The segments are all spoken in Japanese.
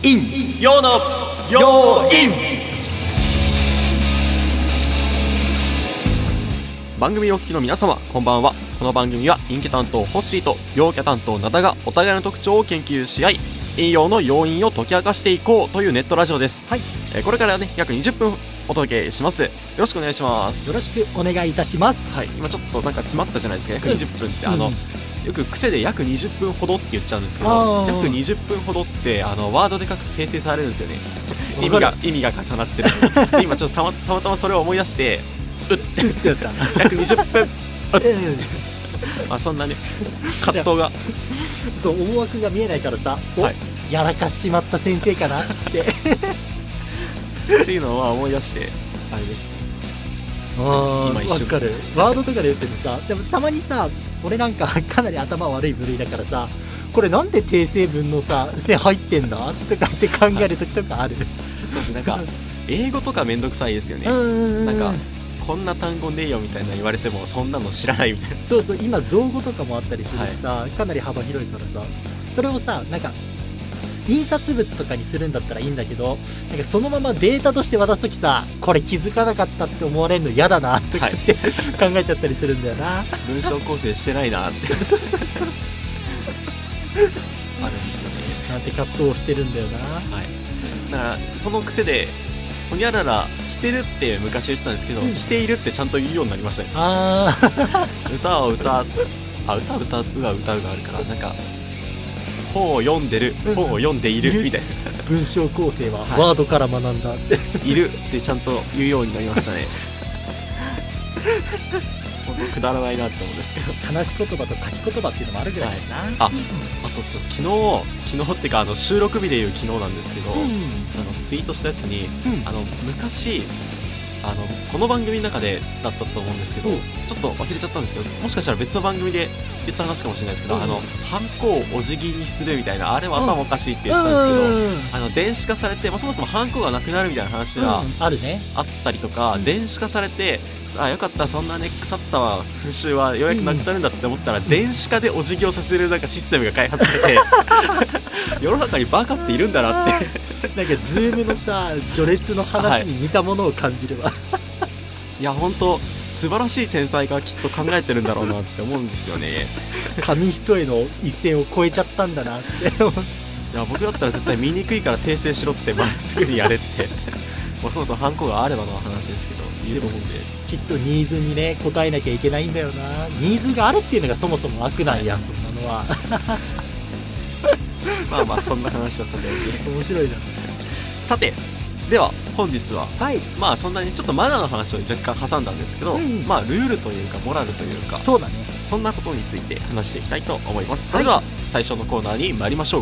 陰陽の陽陰。 番組をお聞きの皆様、こんばんは。この番組は陰キャ担当ホッシーと陽キャ担当ナダがお互いの特徴を研究し合い、陰陽の要因を解き明かしていこうというネットラジオです。 はい、 これからね約20分お届けします。よろしくお願いします。 よろしくお願いいたします。 はい、今ちょっとなんか詰まったじゃないですか。約20分って、よく癖で約20分ほどって言っちゃうんですけど、約20分ほどってワードで書くと訂正されるんですよね。意味が重なってるで今ちょっとたまたまそれを思い出してうってやった約20分まあそんなね葛藤がそう思惑が見えないからさ、 はい、 やらかしちまった先生かなってっていうのは思い出してあれです。 わかる。ワードとかで言っててさ、でもたまにさ、俺なんかかなり頭悪い部類だからさ、これなんで定性文のさ線入ってんだとかって考える時とかある。 そうですね、なんか英語とかめんどくさいですよね。なんかこんな単語ねえよみたいな言われてもそんなの知らないみたいな。 そうそう、今造語とかもあったりするしさ、かなり幅広いからさ、それをさなんか印刷物とかにするんだったらいいんだけど、なんかそのままデータとして渡すときさ、これ気づかなかったって思われるの嫌だなとかって、考えちゃったりするんだよな。 文章構成してないなってそうあるんですよね。 なんて葛藤してるんだよな。 はい、だからその癖でほにゃららしてるって昔言ってたんですけど、しているってちゃんと言うようになりましたね。歌を歌うがあるからなんか本を読んでる、本を読んでいるみたいな文章構成はワードから学んだっているってちゃんと言うようになりましたね。本当くだらないなって思うんですけど、 話し言葉と書き言葉っていうのもあるぐらいだしな。 あとちょっと昨日っていうか収録日でいう昨日なんですけど、ツイートしたやつに、昔この番組の中でだったと思うんですけど、ちょっと忘れちゃったんですけど、もしかしたら別の番組で言った話かもしれないですけど、ハンコをお辞儀にするみたいな、あれは頭おかしいって言ってたんですけど、電子化されて、そもそもハンコがなくなるみたいな話があるね、 あったりとか、電子化されてよかった、そんなね腐ったわ風習はようやくなくなるんだって思ったら、電子化でお辞儀をさせるなんかシステムが開発されて世の中にバカっているんだなってなんかズームのさ序列の話に似たものを感じるわ、 いや本当素晴らしい天才がきっと考えてるんだろうなって思うんですよね。 紙一重の一線を越えちゃったんだなっていや僕だったら絶対見にくいから訂正しろってまっすぐにやれってもうそもそもハンコがあればの話ですけど言うと思うんで、 きっとニーズにね応えなきゃいけないんだよな。ニーズがあるっていうのがそもそも悪なんや、そんなのはまあそんな話はさておき面白いな。 さてでは本日は、そんなにちょっとマナーの話を若干挟んだんですけど、ルールというかモラルというか、 そうだね、 そんなことについて話していきたいと思います。それでは最初のコーナーに参りましょう。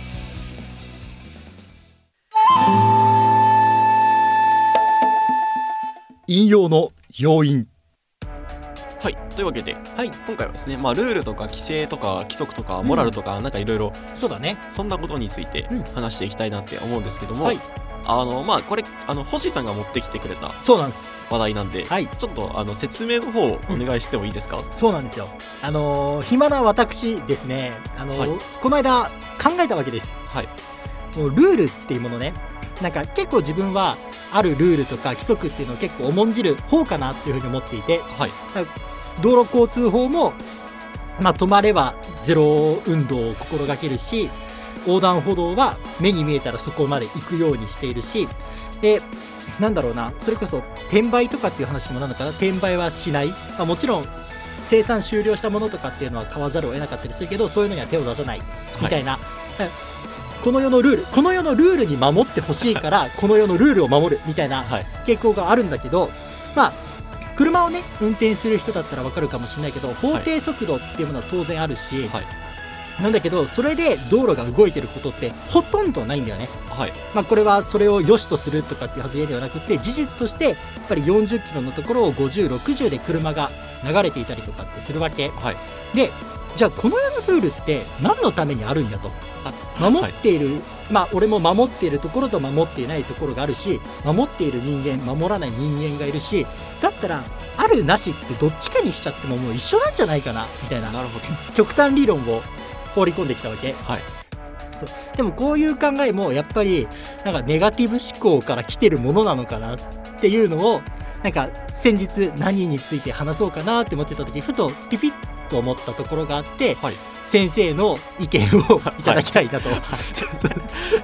引用の要因。 はい、というわけで、今回はですね、ルールとか規制とか規則とかモラルとか、なんかいろいろそうだね、 そんなことについて話していきたいなって思うんですけども、これ星さんが持ってきてくれたそうなんです話題なんで、ちょっと説明の方をお願いしてもいいですか？ そうなんですよ。暇な私ですね、この間考えたわけです。もうルールっていうものね、なんか結構自分はあるルールとか規則っていうのを結構重んじる方かなっていうふうに思っていて、道路交通法も、止まればゼロ運動を心がけるし、横断歩道は目に見えたらそこまで行くようにしているし、でなんだろうな、それこそ転売とかっていう話もなのかな、転売はしない、もちろん生産終了したものとかっていうのは買わざるを得なかったりするけど、そういうのには手を出さないみたいな、この世のルールに守ってほしいからこの世のルールを守るみたいな傾向があるんだけど、車をね運転する人だったら分かるかもしれないけど、法定速度っていうものは当然あるし、なんだけどそれで道路が動いてることってほとんどないんだよね。これはそれを良しとするとかっていう発言ではなくて、事実としてやっぱり40キロのところを50、60で車が流れていたりとかってするわけ、でじゃあこの世のルールって何のためにあるんやと。守っている、俺も守っているところと守っていないところがあるし、守っている人間守らない人間がいるし、だったらあるなしってどっちかにしちゃってももう一緒なんじゃないかなみたいな極端理論を放り込んできたわけ、 そうでもこういう考えもやっぱりなんかネガティブ思考から来てるものなのかなっていうのをなんか先日何について話そうかなって思ってた時ふとピピッと思ったところがあって、はい、先生の意見をいただきたいなと、はい、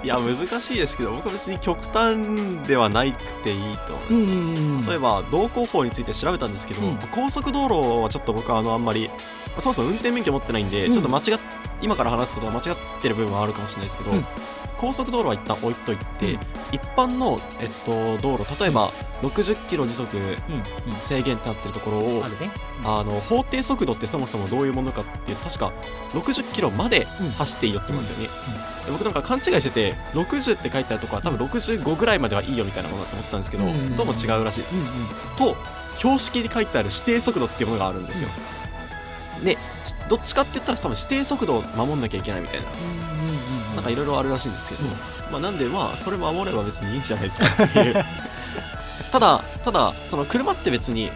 いや難しいですけど僕は別に極端ではないくていいと思います。例えば道交法について調べたんですけど、高速道路はちょっと僕はあんまりそもそも運転免許持ってないんで、ちょっと今から話すことは間違ってる部分はあるかもしれないですけど、高速道路は一旦置いといて、一般の、道路例えば60キロ時速制限ってなってるところを、法定速度ってそもそもどういうものかっていう確か60キロまで走っていいよって言いますよね。で僕なんか勘違いしてて60って書いてあるところは多分65ぐらいまではいいよみたいなものだと思ったんですけど、どうも違うらしいです。と標識に書いてある指定速度っていうものがあるんですよ。でどっちかって言ったら多分指定速度を守んなきゃいけないみたいな、なんかいろいろあるらしいんですけど、なんでそれ守れば別にいいんじゃないですかっていうただその車って別に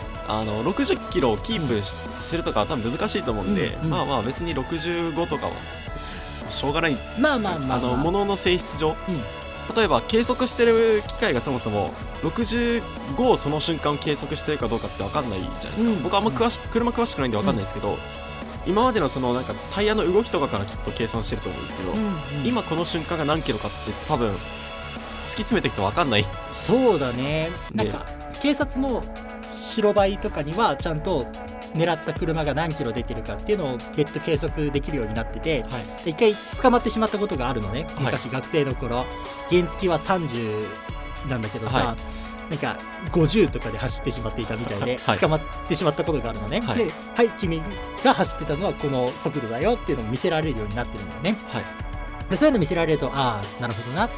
60キロをキープするとかは多分難しいと思うんで、別に65とかはしょうがない、物の性質上、例えば計測してる機械がそもそも65をその瞬間計測してるかどうかって分かんないじゃないですか。僕はあんま車詳しくないんで分かんないですけど、今までのそのなんかタイヤの動きとかからきっと計算してると思うんですけど、今この瞬間が何キロかって多分突き詰めていくと分かんない。 そうだね。なんか警察の白バイとかにはちゃんと狙った車が何キロ出てるかっていうのを別途計測できるようになってて、一回捕まってしまったことがあるのね。昔学生の頃原付は30なんだけどさ、なんか50とかで走ってしまっていたみたいで捕まってしまったことがあるのね。で、君が走ってたのはこの速度だよっていうのを見せられるようになってるんだよね。でそういうの見せられるとなるほどなって、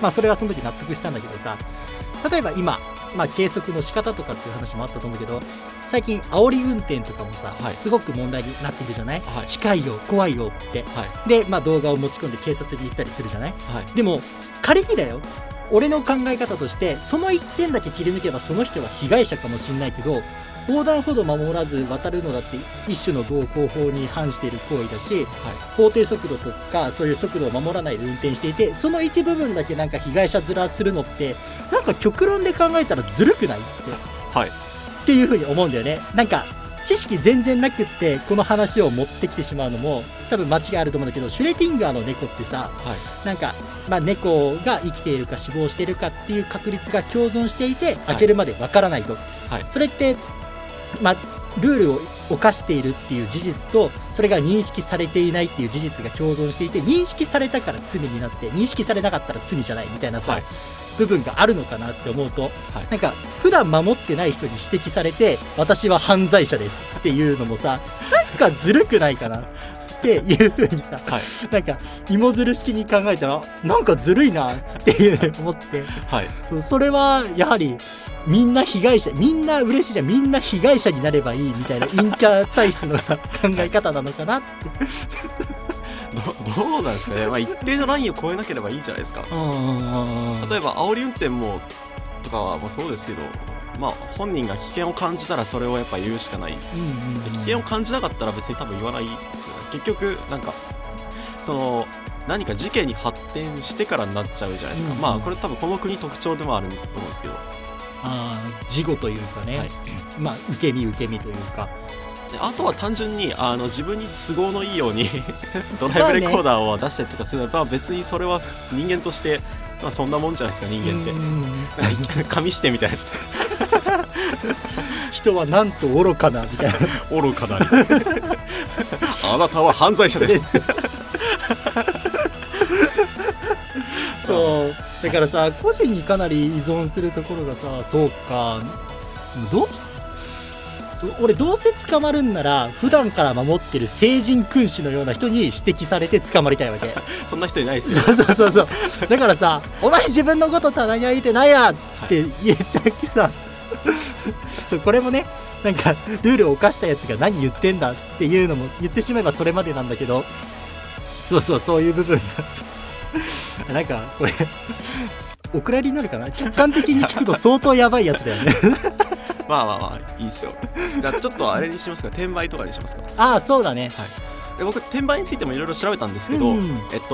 それはその時納得したんだけどさ、例えば今、計測の仕方とかっていう話もあったと思うけど、最近煽り運転とかもさ、すごく問題になってるじゃない、近いよ怖いよって、で、動画を持ち込んで警察に行ったりするじゃない、でも仮にだよ、俺の考え方としてその1点だけ切り抜けばその人は被害者かもしれないけど、横断歩道守らず渡るのだって一種の道交法に反している行為だし、法定速度とかそういう速度を守らないで運転していて、その一部分だけなんか被害者面するのってなんか極論で考えたらずるくないって、っていう風に思うんだよね。なんか知識全然なくってこの話を持ってきてしまうのも多分間違いあると思うんだけど、シュレティンガーの猫ってさ、なんか、猫が生きているか死亡しているかっていう確率が共存していて開けるまでわからないと、それってルールを犯しているっていう事実とそれが認識されていないっていう事実が共存していて、認識されたから罪になって認識されなかったら罪じゃないみたいなさ、部分があるのかなって思うと、なんか普段守ってない人に指摘されて私は犯罪者ですっていうのもさ、なんかずるくないかなっていう風にさ、なんか芋づる式に考えたらなんかずるいなっていう思って、それはやはりみんな被害者、みんな嬉しいじゃん、みんな被害者になればいいみたいな陰キャ体質のさ考え方なのかなってどうなんですかね。一定のラインを超えなければいいんじゃないですか。例えば煽り運転もとかはそうですけど、本人が危険を感じたらそれをやっぱ言うしかない、危険を感じなかったら別に多分言わない。結局なんかその何か事件に発展してからになっちゃうじゃないですか。これ多分この国特徴でもあると思うんですけど、 事後というかね、受け身というか、 あとは単純に自分に都合のいいようにドライブレコーダーを出したりとかするのは、別にそれは人間として、そんなもんじゃないですか。人間って紙してみたいな人はなんと愚かなみたいな愚かなあなたは犯罪者ですそうだからさ、個人にかなり依存するところがさ、そうか、俺どうせ捕まるんなら普段から守ってる聖人君子のような人に指摘されて捕まりたいわけそんな人いないですよ。 そうだからさ、お前自分のこと棚に上げてないやって言ったきさこれもね、なんかルールを犯したやつが何言ってんだっていうのも言ってしまえばそれまでなんだけど、そういう部分がなんかこれお蔵入りになるかな、客観的に聞くと相当やばいやつだよねいいですよ。じゃあちょっとあれにしますか、転売とかにしますか。 そうだね。 で僕転売についてもいろいろ調べたんですけど、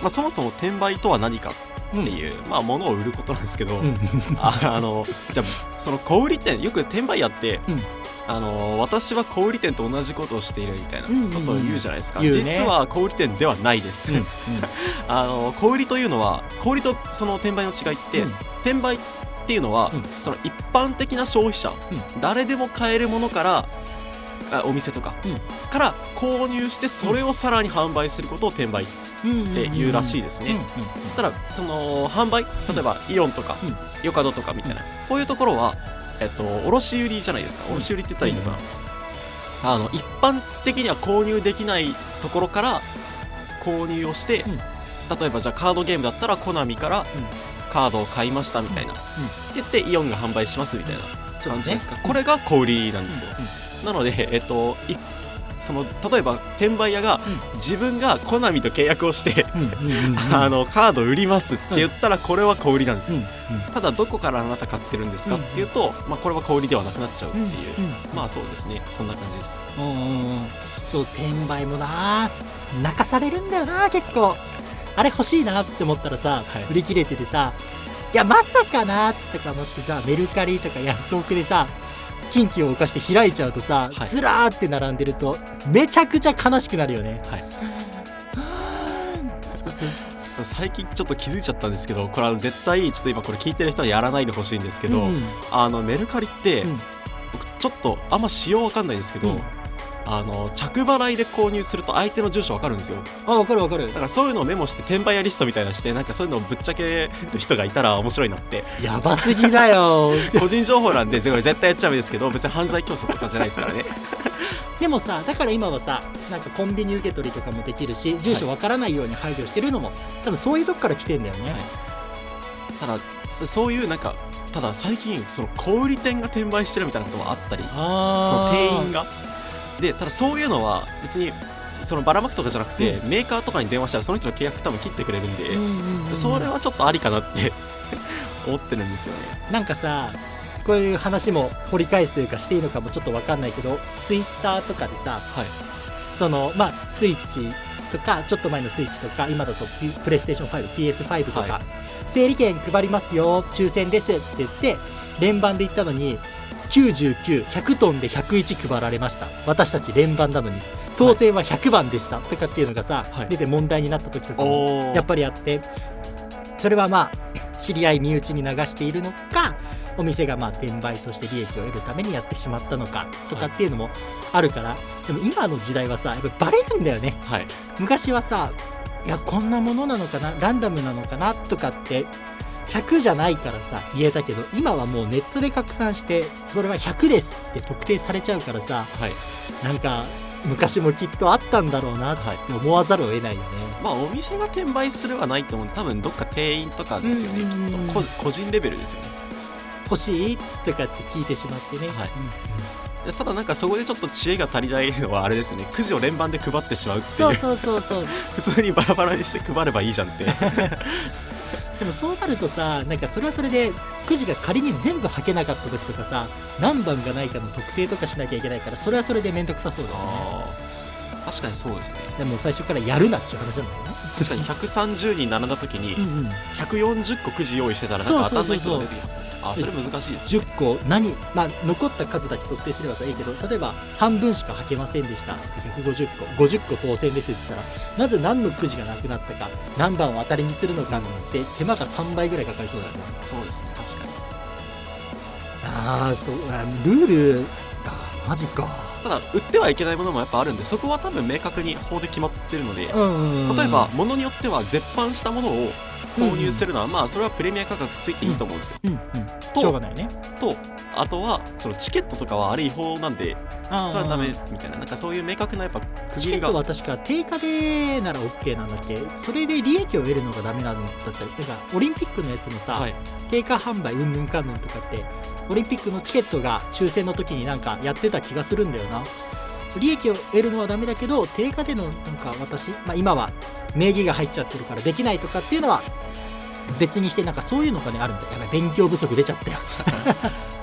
そもそも転売とは何かっていう、物を売ることなんですけど、じゃあその小売店、よく転売屋って、私は小売店と同じことをしているみたいなことを言うじゃないですか。実は小売店ではないです。小売というのは、小売とその転売の違いって、転売っていうのは、その一般的な消費者、誰でも買えるものからお店とかから購入して、それをさらに販売することを転売っていうらしいですね。ただその販売、例えばイオンとかヨカドとかみたいな、こういうところは卸売じゃないですか。卸売って言ったらいいのかな。一般的には購入できないところから購入をして、例えばじゃあカードゲームだったらコナミからカードを買いましたみたいな、言ってイオンが販売しますみたいな感じですか。これが小売りなんですよ。なので、その例えば転売屋が自分がコナミと契約をしてカード売りますって言ったら、これは小売りなんですよ。ただどこからあなた買ってるんですかっていうと、これは小売りではなくなっちゃうっていう、そうですね、そんな感じです。 そう、転売もな、泣かされるんだよな。結構あれ欲しいなって思ったらさ、売り切れててさ、いやまさかなとか思ってさ、メルカリとかヤフオクでさ近畿を犯して開いちゃうとさ、ずらーって並んでるとめちゃくちゃ悲しくなるよね。 最近ちょっと気づいちゃったんですけど、これは絶対ちょっと今これ聞いてる人はやらないでほしいんですけど、メルカリって、僕ちょっとあんま仕様わかんないんですけど、着払いで購入すると相手の住所わかるんですよ。 わかるわかる。 だからそういうのをメモして転売屋リストみたいなして、なんかそういうのをぶっちゃける人がいたら面白いなって。 やばすぎだよ個人情報なんでこれ絶対やっちゃうんですけど、別に犯罪競争とかじゃないですからねでもさ、だから今はさ、なんかコンビニ受け取りとかもできるし、住所わからないように配慮してるのも、多分そういうとこから来てんだよね。 ただそういうなんか、ただ最近その小売店が転売してるみたいなこともあったり、その店員がで、ただそういうのは別にそのばらまくとかじゃなくて、メーカーとかに電話したらその人の契約多分切ってくれるんで、それはちょっとありかなって思ってるんですよね。 なんかさ、こういう話も掘り返すというかしていいのかもちょっと分かんないけど、ツイッターとかでさ、そのスイッチとかちょっと前のスイッチとか、今だとプレイステーション5、PS5 とか、整理券配りますよ、抽選ですって言って連番で言ったのに、99、100トンで101配られました、私たち連番なのに当選は100番でしたとかっていうのがさ、出て問題になった時とかもやっぱりあって、それは知り合い身内に流しているのか、お店が転売として利益を得るためにやってしまったのかとかっていうのもあるから、でも今の時代はさ、やっぱバレるんだよね。昔はさ、いやこんなものなのかな、ランダムなのかなとかって100じゃないからさ言えたけど、今はもうネットで拡散してそれは100ですって特定されちゃうからさ、なんか昔もきっとあったんだろうなって思わざるを得ないよね。 お店が転売するはないと思う。多分どっか店員とかですよね、きっと個人レベルですよね。 欲しいとかって聞いてしまってね。 ただなんかそこでちょっと知恵が足りないのはあれですね、くじを連番で配ってしまうっていう。 そう普通にバラバラにして配ればいいじゃんってでもそうなるとさ、なんかそれはそれでくじが仮に全部履けなかった時とかさ、何番がないかの特定とかしなきゃいけないから、それはそれで面倒くさそうだよね。 確かにそうですね。 でも最初からやるなっていう話なんだよね。 確かに130人並んだ時に140個くじ用意してたらなんか当たんない人が出てきますね。それ難しいですね。 10個残った数だけ特定すればさいいけど、例えば半分しか履けませんでした150個50個当選ですって言ったら、まず何のくじがなくなったか、何番を当たりにするのかって手間が3倍ぐらいかかりそうだよね。 そうですね、確かに。 そうルールマジか。 ただ売ってはいけないものもやっぱあるんで、そこは多分明確に法で決まってるので、例えば物によっては絶版したものを購入するのは、それはプレミア価格ついていいと思うんですよ。 しょうがないね。 あとはそのチケットとかはあれ違法なんで、それはダメみたいな、なんかそういう明確なやっぱ区切りが。チケットは確か定価でなら OK なんだっけ。それで利益を得るのがダメなのだったり、だからオリンピックのやつもさ、定価販売うんぬんかんぬんとかってオリンピックのチケットが抽選の時になんかやってた気がするんだよな。利益を得るのはダメだけど、定価でのなんか私、今は名義が入っちゃってるからできないとかっていうのは別にして、なんかそういうのがねあるんだよ。やばい、勉強不足出ちゃったよ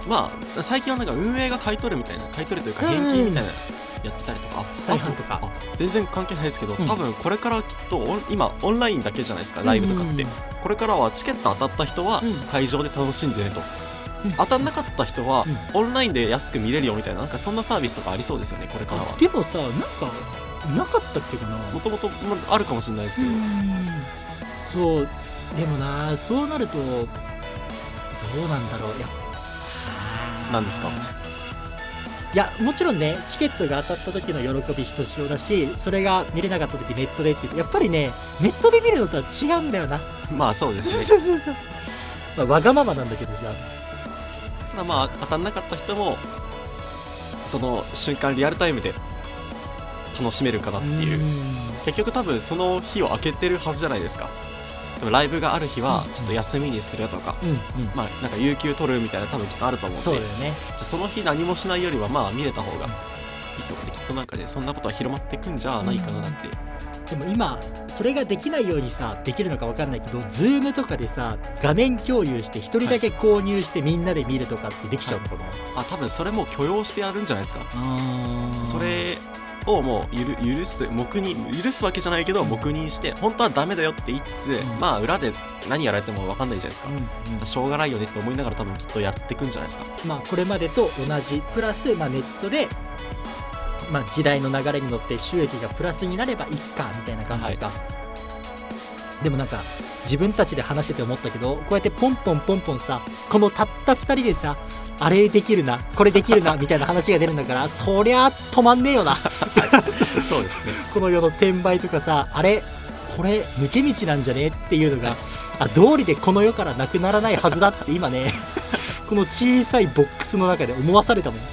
まあ最近はなんか運営が買い取るみたいな、買い取るというか返金みたいなやってたりとか、 再販とか全然関係ないですけど、多分これからきっと今オンラインだけじゃないですか、ライブとかって。これからはチケット当たった人は会場で楽しんでねと、当たんなかった人はオンラインで安く見れるよみたいな、なんかそんなサービスとかありそうですよね、これからは。 でもさ、なんかなかったっけかな。 もともとあるかもしれないですけど。 そう、でもな、そうなるとどうなんだろう。いや、 なんですか。 いや、もちろんね、チケットが当たった時の喜びひとしおだし、それが見れなかった時ネットでって言うと、やっぱりね、ネットで見るのとは違うんだよな。 まあそうですね。 そうそうそう。まあ、わがままなんだけどさ。 まあ当たんなかった人もその瞬間リアルタイムで楽しめるかなっていう。結局多分その日を空けてるはずじゃないですか。でもライブがある日はちょっと休みにするとか、まあなんか有給取るみたいな多分きっとあると思うんで、 そうだよね。 じゃあその日何もしないよりはまあ見れた方がいいとかで、きっとなんかでそんなことは広まっていくんじゃないかななんて。 でも今それができないようにさ、できるのか分かんないけど、ズームとかでさ画面共有して1人だけ購入してみんなで見るとかってできちゃうのかな。 多分それも許容してやるんじゃないですか。それをもう許すわけじゃないけど黙認して本当はダメだよって言いつつ、まあ裏で何やられても分かんないじゃないですか、しょうがないよねって思いながら多分きっとやっていくんじゃないですか。 まあこれまでと同じプラス、まあ、ネットで、まあ、時代の流れに乗って収益がプラスになればいいかみたいな感じか、でもなんか自分たちで話してて思ったけど、こうやってポンポンポンポンさ、このたった2人でさ、あれできるなこれできるなみたいな話が出るんだから、そりゃ止まんねえよなそうですね。 この世の転売とかさ、あれこれ抜け道なんじゃねっていうのが、道理でこの世からなくならないはずだって今ねこの小さいボックスの中で思わされたもん。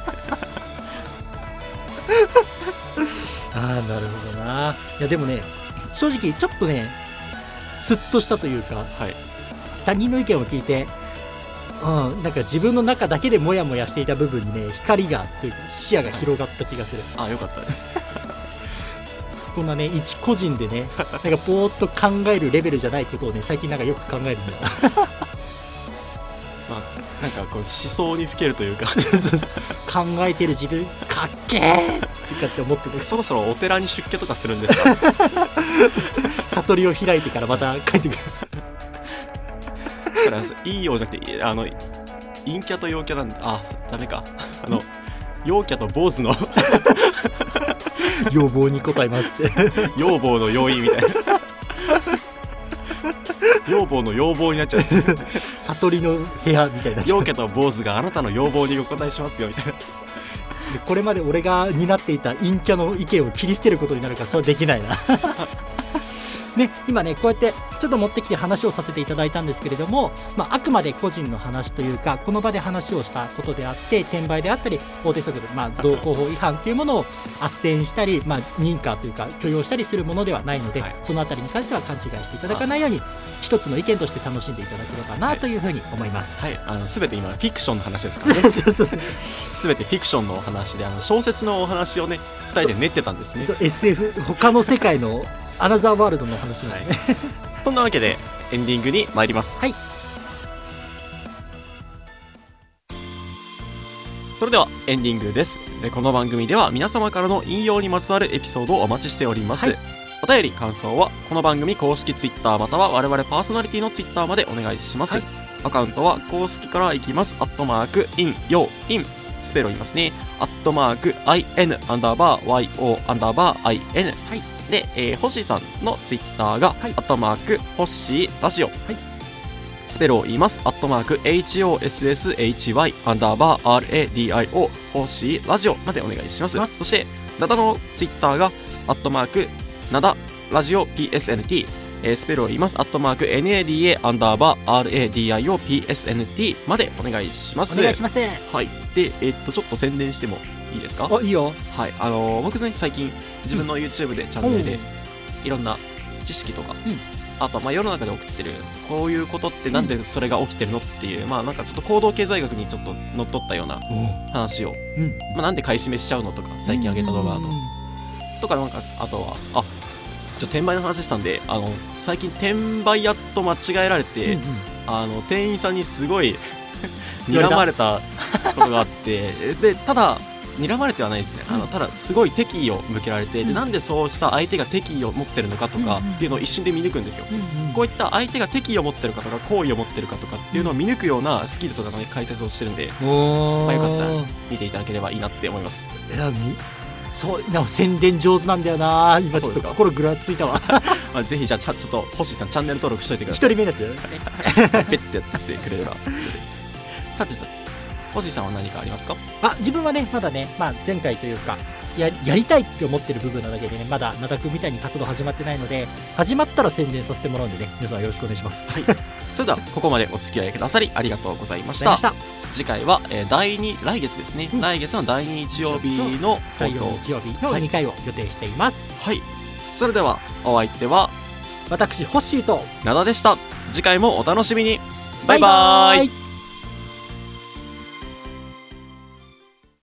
なるほどな。いやでもね、正直ちょっとねスッとしたというか、他人の意見を聞いて、なんか自分の中だけでモヤモヤしていた部分にね、光がというか視野が広がった気がする。 よかったですこんなね、一個人でね、なんかぼーっと考えるレベルじゃないことをね、最近なんかよく考えるんだよなんかこう思想にふけるというか考えてる自分かっけーって思ってる。 そろそろお寺に出家とかするんですか悟りを開いてからまた帰ってくるいいようじゃなくて陰キャと陽キャなんで、ダメか陽キャと坊主の要望に応えますって要望の要因みたいな要望の要望になっちゃう悟りの部屋みたいな。 陽キャと坊主があなたの要望にお答えしますよみたいなこれまで俺が担っていた陰キャの意見を切り捨てることになるから、それはできないなね、今ねこうやってちょっと持ってきて話をさせていただいたんですけれども、あくまで個人の話というか、この場で話をしたことであって、転売であったり法定速度、道交法違反というものを斡旋したり、認可というか許容したりするものではないので、そのあたりに関しては勘違いしていただかないように、一つの意見として楽しんでいただければなというふうに思います。 全て今フィクションの話ですからね全てフィクションのお話で、小説のお話をね2人で練ってたんですね。 SF 他の世界のアナザーワールドの話なんで、 そんなわけでエンディングに参ります。それではエンディングです。この番組では皆様からの引用にまつわるエピソードをお待ちしております。お便り感想はこの番組公式ツイッターまたは我々パーソナリティのツイッターまでお願いします。アカウントは公式からいきます。@in スペルを言いますね。@in_yo_in で、ホッシーさんのツイッターが、ホッシーラジオ、スペルを言います。@HOSSHY_RADIO ホッシーラジオまでお願いします。そしてナダのツイッターがナダラジオ PSNT、スペルを言います。@NADA_RADIO PSNT までお願いします。 お願いします。 で、ちょっと宣伝してもいいですか？ いいよ。 僕ね最近自分の YouTube でチャンネルでいろんな知識とか、あと世の中で起きてるこういうことってなんでそれが起きてるのっていう、なんかちょっと行動経済学にちょっとのっとったような話を、なんで買い占めしちゃうのとか、最近上げた動画とか、なんかあとは転売の話したんで、最近転売屋と間違えられて、店員さんにすごい睨まれたことがあってでただ睨まれてはないですね。ただすごい敵意を向けられて、でなんでそうした相手が敵意を持ってるのかとかっていうのを一瞬で見抜くんですよ。こういった相手が敵意を持ってるかとか好意を持ってるかとかっていうのを見抜くようなスキルとかの解説をしてるんで、よかったら見ていただければいいなって思います。 そう宣伝上手なんだよな。今ちょっと心ぐらついたわぜひじゃあちょっと星さんチャンネル登録しといてください。1人目のやつペッてやってくれればさて星さんは何かありますか？ 自分はねまだね、前回というかやりたいって思ってる部分なだけでね、まだ灘くんみたいに活動始まってないので、始まったら宣伝させてもらうんでね、皆さんよろしくお願いします。 はいそれではここまでお付き合いくださりありがとうございました。次回は、来月ですね、来月の第2日曜日の放送、 第4日曜日の2回を予定しています。 はい、それではお相手は私ホッシーと灘でした。次回もお楽しみに。バイバーイ。